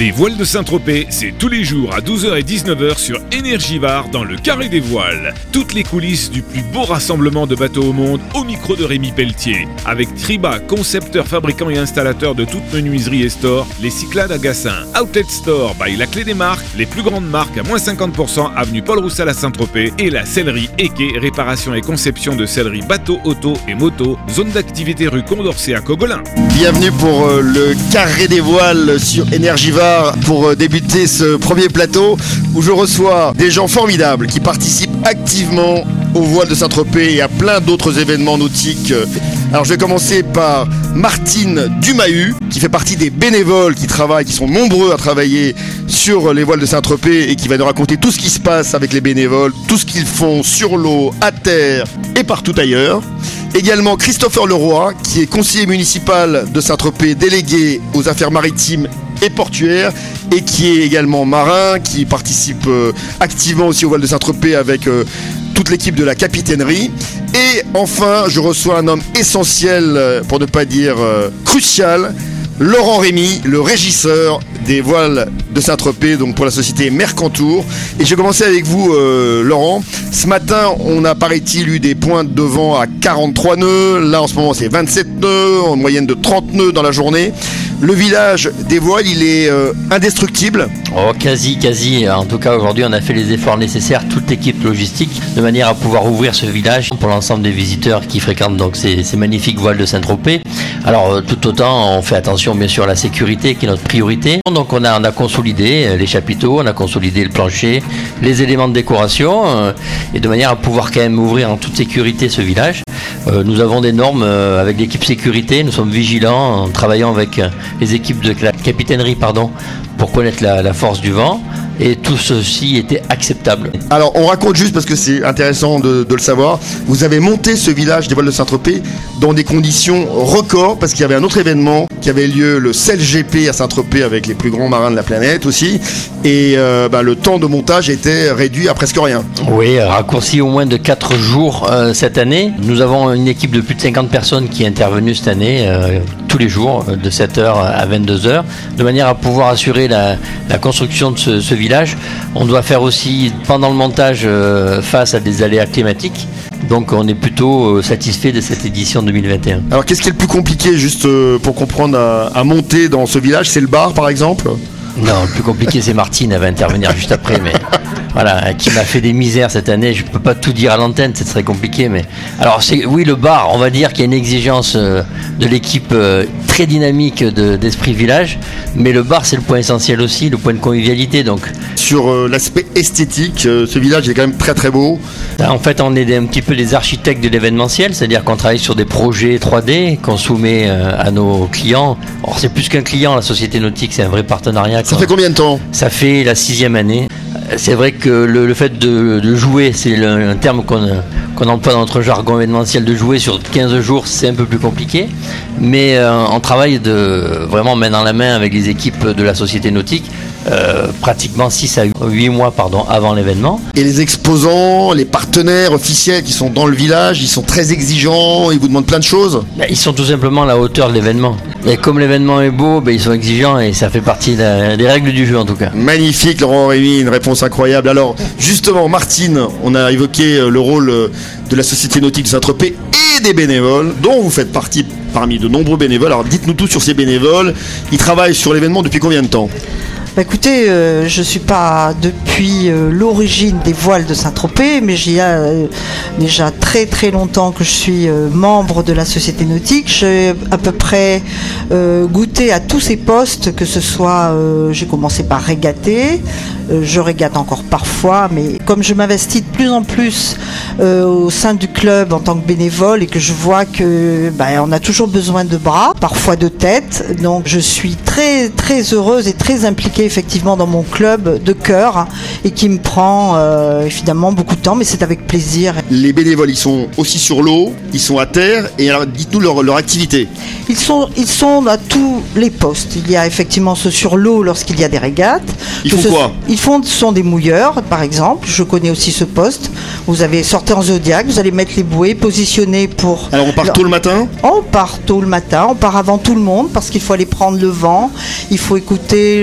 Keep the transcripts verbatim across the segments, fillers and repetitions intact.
Les voiles de Saint-Tropez, c'est tous les jours à douze heures et dix-neuf heures sur Énergivare dans le Carré des Voiles. Toutes les coulisses du plus beau rassemblement de bateaux au monde au micro de Rémi Pelletier. Avec Triba, concepteur, fabricant et installateur de toute menuiserie et store, les Cyclades à Gassin. Outlet Store by La Clé des Marques, les plus grandes marques à moins cinquante pour cent avenue Paul Roussel à Saint-Tropez. Et la sellerie Eke, réparation et conception de sellerie bateaux, auto et moto. Zone d'activité rue Condorcet à Cogolin. Bienvenue pour euh, le Carré des Voiles sur Énergivare pour euh, débuter ce premier plateau où je reçois des gens formidables qui participent activement aux voiles de Saint-Tropez et à plein d'autres événements nautiques. Alors je vais commencer par Martine Dumahu qui fait partie des bénévoles qui travaillent, qui sont nombreux à travailler sur les voiles de Saint-Tropez et qui va nous raconter tout ce qui se passe avec les bénévoles, tout ce qu'ils font sur l'eau, à terre et partout ailleurs. Également Christopher Leroy qui est conseiller municipal de Saint-Tropez, délégué aux affaires maritimes et portuaire et qui est également marin, qui participe euh, activement aussi aux voiles de Saint-Tropez avec euh, toute l'équipe de la capitainerie. Et enfin, je reçois un homme essentiel, euh, pour ne pas dire euh, crucial, Laurent Rémy, le régisseur des voiles de Saint-Tropez, donc pour la société Mercantour. Et je vais commencer avec vous, euh, Laurent. Ce matin, on a, paraît-il, eu des pointes de vent à quarante-trois nœuds. Là, en ce moment, c'est vingt-sept nœuds, en moyenne de trente nœuds dans la journée. Le village des voiles, il est euh, indestructible. Oh, quasi, quasi. En tout cas, aujourd'hui, on a fait les efforts nécessaires, toute l'équipe logistique, de manière à pouvoir ouvrir ce village pour l'ensemble des visiteurs qui fréquentent donc ces, ces magnifiques voiles de Saint-Tropez. Alors, euh, tout autant, on fait attention, bien sûr, à la sécurité, qui est notre priorité. Donc, on a, on a consolidé les chapiteaux, on a consolidé le plancher, les éléments de décoration, euh, et de manière à pouvoir quand même ouvrir en toute sécurité ce village. Euh, nous avons des normes euh, avec l'équipe sécurité, nous sommes vigilants en travaillant avec euh, les équipes de la capitainerie pardon, pour connaître la, la force du vent. Et tout ceci était acceptable. Alors on raconte juste parce que c'est intéressant de, de le savoir. Vous avez monté ce village des voiles de Saint-Tropez dans des conditions records parce qu'il y avait un autre événement qui avait lieu, le C E L G P à Saint-Tropez avec les plus grands marins de la planète aussi. Et euh, bah, le temps de montage était réduit à presque rien. Oui, raccourci au moins de quatre jours euh, cette année. Nous avons une équipe de plus de cinquante personnes qui est intervenue cette année, euh, tous les jours, de sept heures à vingt-deux heures, de manière à pouvoir assurer la, la construction de ce, ce village. On doit faire aussi, pendant le montage, euh, face à des aléas climatiques. Donc on est plutôt euh, satisfait de cette édition deux mille vingt et un. Alors qu'est-ce qui est le plus compliqué, juste euh, pour comprendre, à, à monter dans ce village? C'est le bar, par exemple? Non, le plus compliqué, c'est Martine, elle va intervenir juste après, mais voilà, qui m'a fait des misères cette année. Je ne peux pas tout dire à l'antenne, ce serait compliqué. Mais alors, c'est, oui, le bar, on va dire qu'il y a une exigence euh, de l'équipe euh, très dynamique de, d'Esprit Village, mais le bar, c'est le point essentiel aussi, le point de convivialité. Donc, sur euh, l'aspect esthétique, euh, ce village est quand même très très beau. En fait, on est des, un petit peu les architectes de l'événementiel, c'est-à-dire qu'on travaille sur des projets trois D qu'on soumet euh, à nos clients. Or, c'est plus qu'un client, la société nautique, c'est un vrai partenariat. Ça fait combien de temps? Ça fait la sixième année. C'est vrai que le, le fait de, de jouer, c'est le, un terme qu'on, qu'on emploie dans notre jargon événementiel, de jouer sur quinze jours, c'est un peu plus compliqué. Mais euh, on travaille de, vraiment main dans la main avec les équipes de la société nautique, euh, pratiquement six à huit mois pardon, avant l'événement. Et les exposants, les partenaires officiels qui sont dans le village, ils sont très exigeants, ils vous demandent plein de choses? Ben, ils sont tout simplement à la hauteur de l'événement. Et comme l'événement est beau, ben, ils sont exigeants et ça fait partie de la, des règles du jeu en tout cas. Magnifique Laurent Rémy, une réponse incroyable. Alors justement Martine, on a évoqué le rôle de la société nautique de Saint-Tropez et des bénévoles dont vous faites partie parmi de nombreux bénévoles. Alors dites-nous tout sur ces bénévoles, ils travaillent sur l'événement depuis combien de temps? Bah écoutez, euh, je ne suis pas depuis euh, l'origine des voiles de Saint-Tropez, mais j'ai euh, déjà très très longtemps que je suis euh, membre de la société nautique. J'ai à peu près euh, goûté à tous ces postes, que ce soit, euh, j'ai commencé par régater, euh, je régate encore parfois, mais comme je m'investis de plus en plus euh, au sein du club en tant que bénévole et que je vois que bah, on a toujours besoin de bras, parfois de tête, donc je suis très très heureuse et très impliquée effectivement dans mon club de cœur et qui me prend euh, évidemment beaucoup de temps, mais c'est avec plaisir. Les bénévoles, ils sont aussi sur l'eau, ils sont à terre, et alors dites-nous leur, leur activité. Ils sont, ils sont à tous les postes. Il y a effectivement ceux sur l'eau lorsqu'il y a des régates. Ils font ce, quoi? Ils font, ce sont des mouilleurs, par exemple. Je connais aussi ce poste. Vous avez sorti en zodiaque, vous allez mettre les bouées, positionner pour... Alors on part leur... tôt le matin? On part tôt le matin, on part avant tout le monde parce qu'il faut aller prendre le vent. Il faut écouter ce que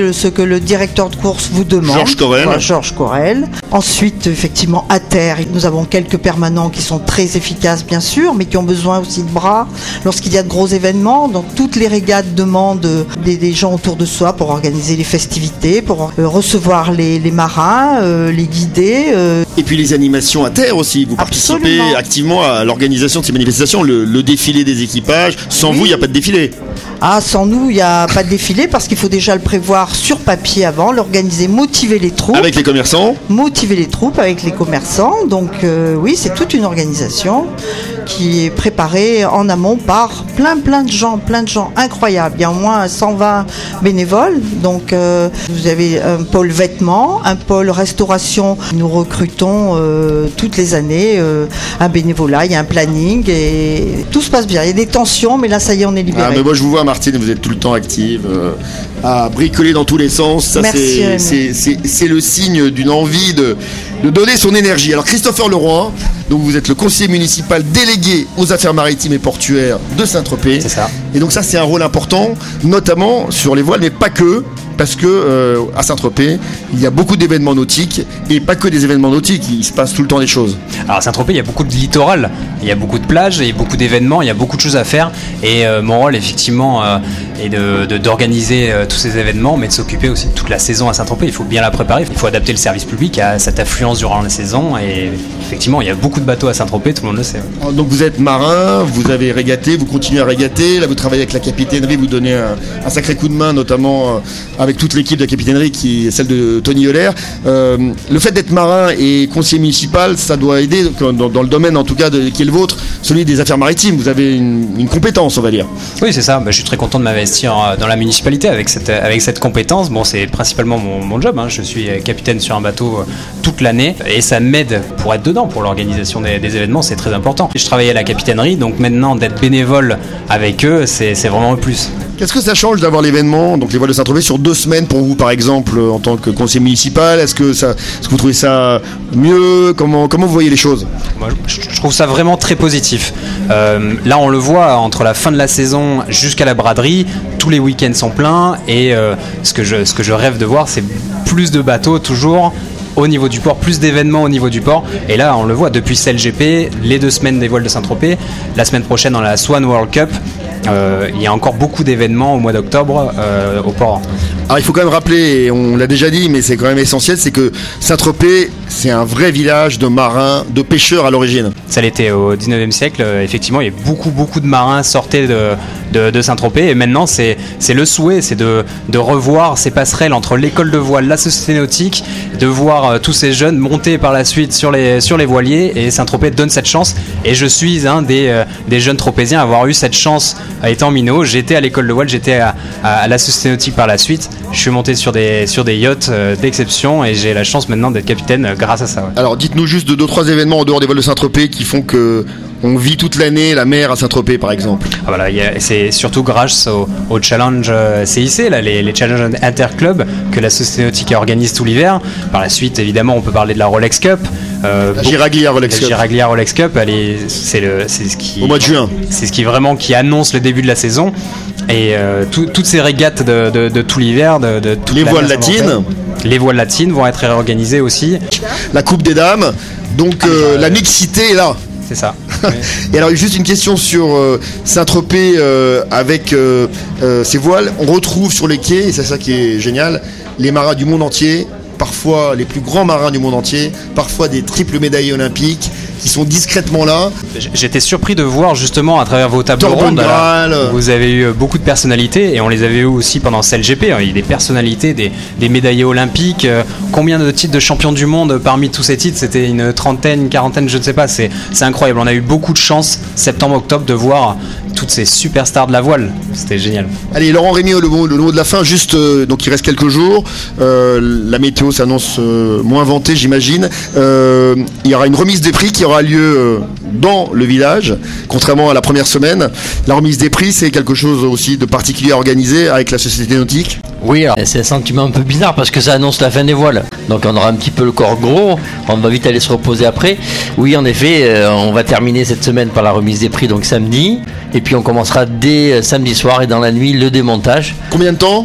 le directeur de course vous demande. Georges Corel. Voilà, Georges Corel. Ensuite, effectivement, à terre, nous avons quelques permanents qui sont très efficaces, bien sûr, mais qui ont besoin aussi de bras lorsqu'il y a de gros événements. Donc, toutes les régates demandent des, des gens autour de soi pour organiser les festivités, pour euh, recevoir les, les marins, euh, les guider. Euh. Et puis les animations à terre aussi. Vous participez Absolument. activement à l'organisation de ces manifestations, le, le défilé des équipages. Sans Oui. vous, il n'y a pas de défilé. Ah, sans nous, il n'y a pas de défilé parce qu'il faut déjà le prévoir sur papier avant, l'organiser, motiver les troupes. Avec les commerçants. Motiver les troupes avec les commerçants. Donc euh, oui, c'est toute une organisation qui est préparée en amont par plein plein de gens, plein de gens incroyables. Il y a au moins cent vingt bénévoles. Donc euh, vous avez un pôle vêtements, un pôle restauration. Nous recrutons euh, toutes les années euh, un bénévolat, il y a un planning et tout se passe bien. Il y a des tensions, mais là ça y est, on est libéré. Ah, mais moi je vous vois, Martine, vous êtes tout le temps active, euh, à bricoler dans tous les sens. Ça, Merci, c'est, Rémi. c'est, c'est, c'est le signe d'une envie de, de donner son énergie. Alors Christopher Leroy, donc vous êtes le conseiller municipal délégué aux affaires maritimes et portuaires de Saint-Tropez. C'est ça. Et donc ça, c'est un rôle important, notamment sur les voiles, mais pas que. Parce que euh, à Saint-Tropez, il y a beaucoup d'événements nautiques et pas que des événements nautiques, il se passe tout le temps des choses. Alors à Saint-Tropez, il y a beaucoup de littoral, il y a beaucoup de plages, il y a beaucoup d'événements, il y a beaucoup de choses à faire. Et euh, mon rôle, effectivement, euh, est de, de- d'organiser euh, tous ces événements, mais de s'occuper aussi de toute la saison à Saint-Tropez. Il faut bien la préparer, il faut adapter le service public à cette affluence durant la saison. Et effectivement, il y a beaucoup de bateaux à Saint-Tropez, tout le monde le sait. Donc vous êtes marin, vous avez régaté, vous continuez à régater, là vous travaillez avec la capitainerie, vous donnez un, un sacré coup de main, notamment euh, avec toute l'équipe de la capitainerie qui est celle de Tony Euler. Euh, le fait d'être marin et conseiller municipal, ça doit aider dans, dans le domaine en tout cas de, qui est le vôtre, celui des affaires maritimes. Vous avez une, une compétence, on va dire. Oui, c'est ça. Bah, je suis très content de m'investir euh, dans la municipalité avec cette, avec cette compétence. Bon, c'est principalement mon, mon job. hein. Je suis euh, capitaine sur un bateau euh, toute l'année et ça m'aide pour être dedans, pour l'organisation des, des événements. C'est très important. Je travaillais à la capitainerie, donc maintenant d'être bénévole avec eux, c'est, c'est vraiment un plus. Qu'est-ce que ça change d'avoir l'événement, donc les voiles de Saint-Tropez, sur deux semaines pour vous, par exemple, en tant que conseiller municipal? Est-ce que, ça, est-ce que vous trouvez ça mieux? Comment, comment vous voyez les choses? Moi, je je trouve ça vraiment très positif. Euh, là, on le voit, entre la fin de la saison jusqu'à la braderie, tous les week-ends sont pleins et euh, ce que je, ce que je rêve de voir, c'est plus de bateaux toujours au niveau du port, plus d'événements au niveau du port. Et là, on le voit depuis C L G P, les deux semaines des voiles de Saint-Tropez, la semaine prochaine dans la Swan World Cup. Euh, il y a encore beaucoup d'événements au mois d'octobre euh, au port. Alors il faut quand même rappeler, et on l'a déjà dit, mais c'est quand même essentiel, c'est que Saint-Tropez, c'est un vrai village de marins, de pêcheurs à l'origine. Ça l'était au dix-neuvième siècle. Euh, effectivement, il y a beaucoup, beaucoup de marins sortaient de, de, de Saint-Tropez. Et maintenant, c'est, c'est le souhait, c'est de, de revoir ces passerelles entre l'école de voile, la société nautique, de voir euh, tous ces jeunes monter par la suite sur les, sur les voiliers. Et Saint-Tropez donne cette chance. Et je suis un des, euh, des jeunes tropéziens à avoir eu cette chance étant minot. J'étais à l'école de voile, j'étais à, à, à la société nautique par la suite. Je suis monté sur des, sur des yachts euh, d'exception et j'ai la chance maintenant d'être capitaine euh, grâce à ça. Ouais. Alors dites-nous juste de deux trois événements en dehors des voiles de Saint-Tropez qui font que on vit toute l'année la mer à Saint-Tropez, par exemple. Ah, voilà, y a- c'est surtout grâce au, au challenge euh, C I C, là, les, les challenges interclubs que la société nautique organise tout l'hiver. Par la suite, évidemment, on peut parler de la Rolex Cup. Euh, La beaucoup- Giraglia Rolex la Cup. Giraglia Rolex Cup, elle est- c'est le, c'est ce qui Au mois de juin. c'est ce qui vraiment qui annonce le début de la saison. Et euh, tout- toutes ces régates de, de- de tout l'hiver, de, de toute Les l'année voiles à Saint-Tropez. latines. Les voiles latines vont être réorganisées aussi. La Coupe des Dames. Donc euh, euh, la mixité est là. C'est ça. Et alors juste une question sur euh, Saint-Tropez euh, avec euh, euh, ces voiles. On retrouve sur les quais, et c'est ça qui est génial, les marins du monde entier, parfois les plus grands marins du monde entier, parfois des triples médaillés olympiques qui sont discrètement là. J'étais surpris de voir justement à travers vos tables Torben rondes, Graal. là, vous avez eu beaucoup de personnalités et on les avait eu aussi pendant C L G P. Il y a des personnalités, des, des médaillés olympiques. Euh, Combien de titres de champion du monde parmi tous ces titres? C'était une trentaine, une quarantaine, je ne sais pas. C'est c'est incroyable. On a eu beaucoup de chance septembre-octobre de voir toutes ces superstars de la voile. C'était génial. Allez, Laurent Rémy, le mot, le mot de la fin, juste, euh, donc il reste quelques jours. Euh, la météo s'annonce euh, moins ventée, j'imagine. Euh, il y aura une remise des prix qui aura lieu euh, dans le village, contrairement à la première semaine. La remise des prix, c'est quelque chose aussi de particulier à organiser avec la société nautique. Oui, alors, c'est un sentiment un peu bizarre parce que ça annonce la fin des voiles. Donc on aura un petit peu le corps gros, on va vite aller se reposer après. Oui, en effet, euh, on va terminer cette semaine par la remise des prix, donc samedi. Et puis on commencera dès euh, samedi soir et dans la nuit le démontage. Combien de temps?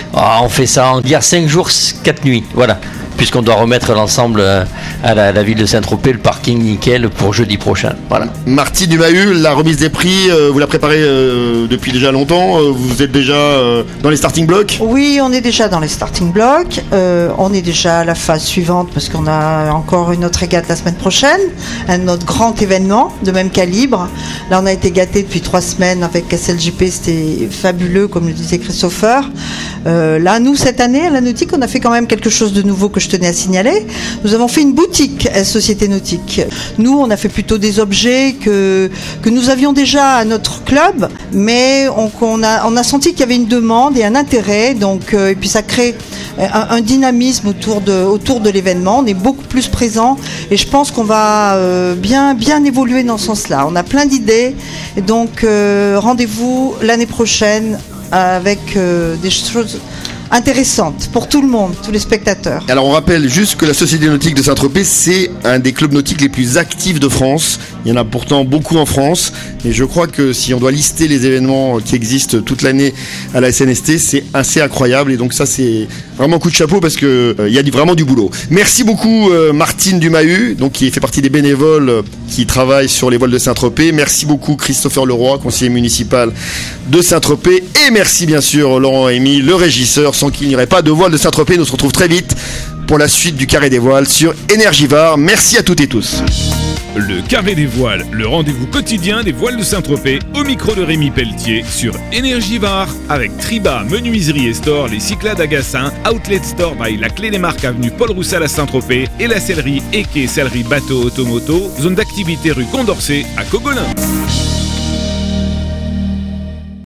Ah, on fait ça en il y a cinq jours, quatre nuits, voilà. Puisqu'on doit remettre l'ensemble à la, la ville de Saint-Tropez, le parking nickel pour jeudi prochain. Voilà. Martine Dumahu, la remise des prix, euh, vous la préparez euh, depuis déjà longtemps. euh, Vous êtes déjà euh, dans les starting blocks? Oui, on est déjà dans les starting blocks. Euh, on est déjà à la phase suivante parce qu'on a encore une autre régate la semaine prochaine, un autre grand événement de même calibre. Là, on a été gâtés depuis trois semaines avec S L J P, c'était fabuleux, comme le disait Christopher. Euh, là, nous, cette année, à la nautique, on a fait quand même quelque chose de nouveau que je tenais à signaler. Nous avons fait une boutique à Société Nautique. Nous, on a fait plutôt des objets que, que nous avions déjà à notre club, mais on, on, a, on a senti qu'il y avait une demande et un intérêt, donc, euh, et puis ça crée un, un dynamisme autour de, autour de l'événement. On est beaucoup plus présent et je pense qu'on va euh, bien, bien évoluer dans ce sens-là. On a plein d'idées, et donc euh, rendez-vous l'année prochaine avec euh, des choses intéressante pour tout le monde, tous les spectateurs. Alors on rappelle juste que la Société Nautique de Saint-Tropez, c'est un des clubs nautiques les plus actifs de France. Il y en a pourtant beaucoup en France, et je crois que si on doit lister les événements qui existent toute l'année à la S N S T, c'est assez incroyable, et donc ça c'est vraiment coup de chapeau parce que euh, il y a du, vraiment du boulot. Merci beaucoup euh, Martine Dumahu, donc qui fait partie des bénévoles euh, qui travaillent sur les voiles de Saint-Tropez. Merci beaucoup Christopher Leroy, conseiller municipal de Saint-Tropez, et merci bien sûr Laurent Rémy, le régisseur, sans qui il n'y aurait pas de voile de Saint-Tropez. Nous se retrouve très vite pour la suite du Carré des Voiles sur Énergivare. Merci à toutes et tous. Le Carré des Voiles, le rendez-vous quotidien des voiles de Saint-Tropez, au micro de Rémi Pelletier sur Énergivare, avec Triba, Menuiserie et Store, les Cyclades à Gassin, Outlet Store by la Clé des Marques avenue Paul Roussel à Saint-Tropez, et la sellerie et quai sellerie bateau automoto, zone d'activité rue Condorcet à Cogolin.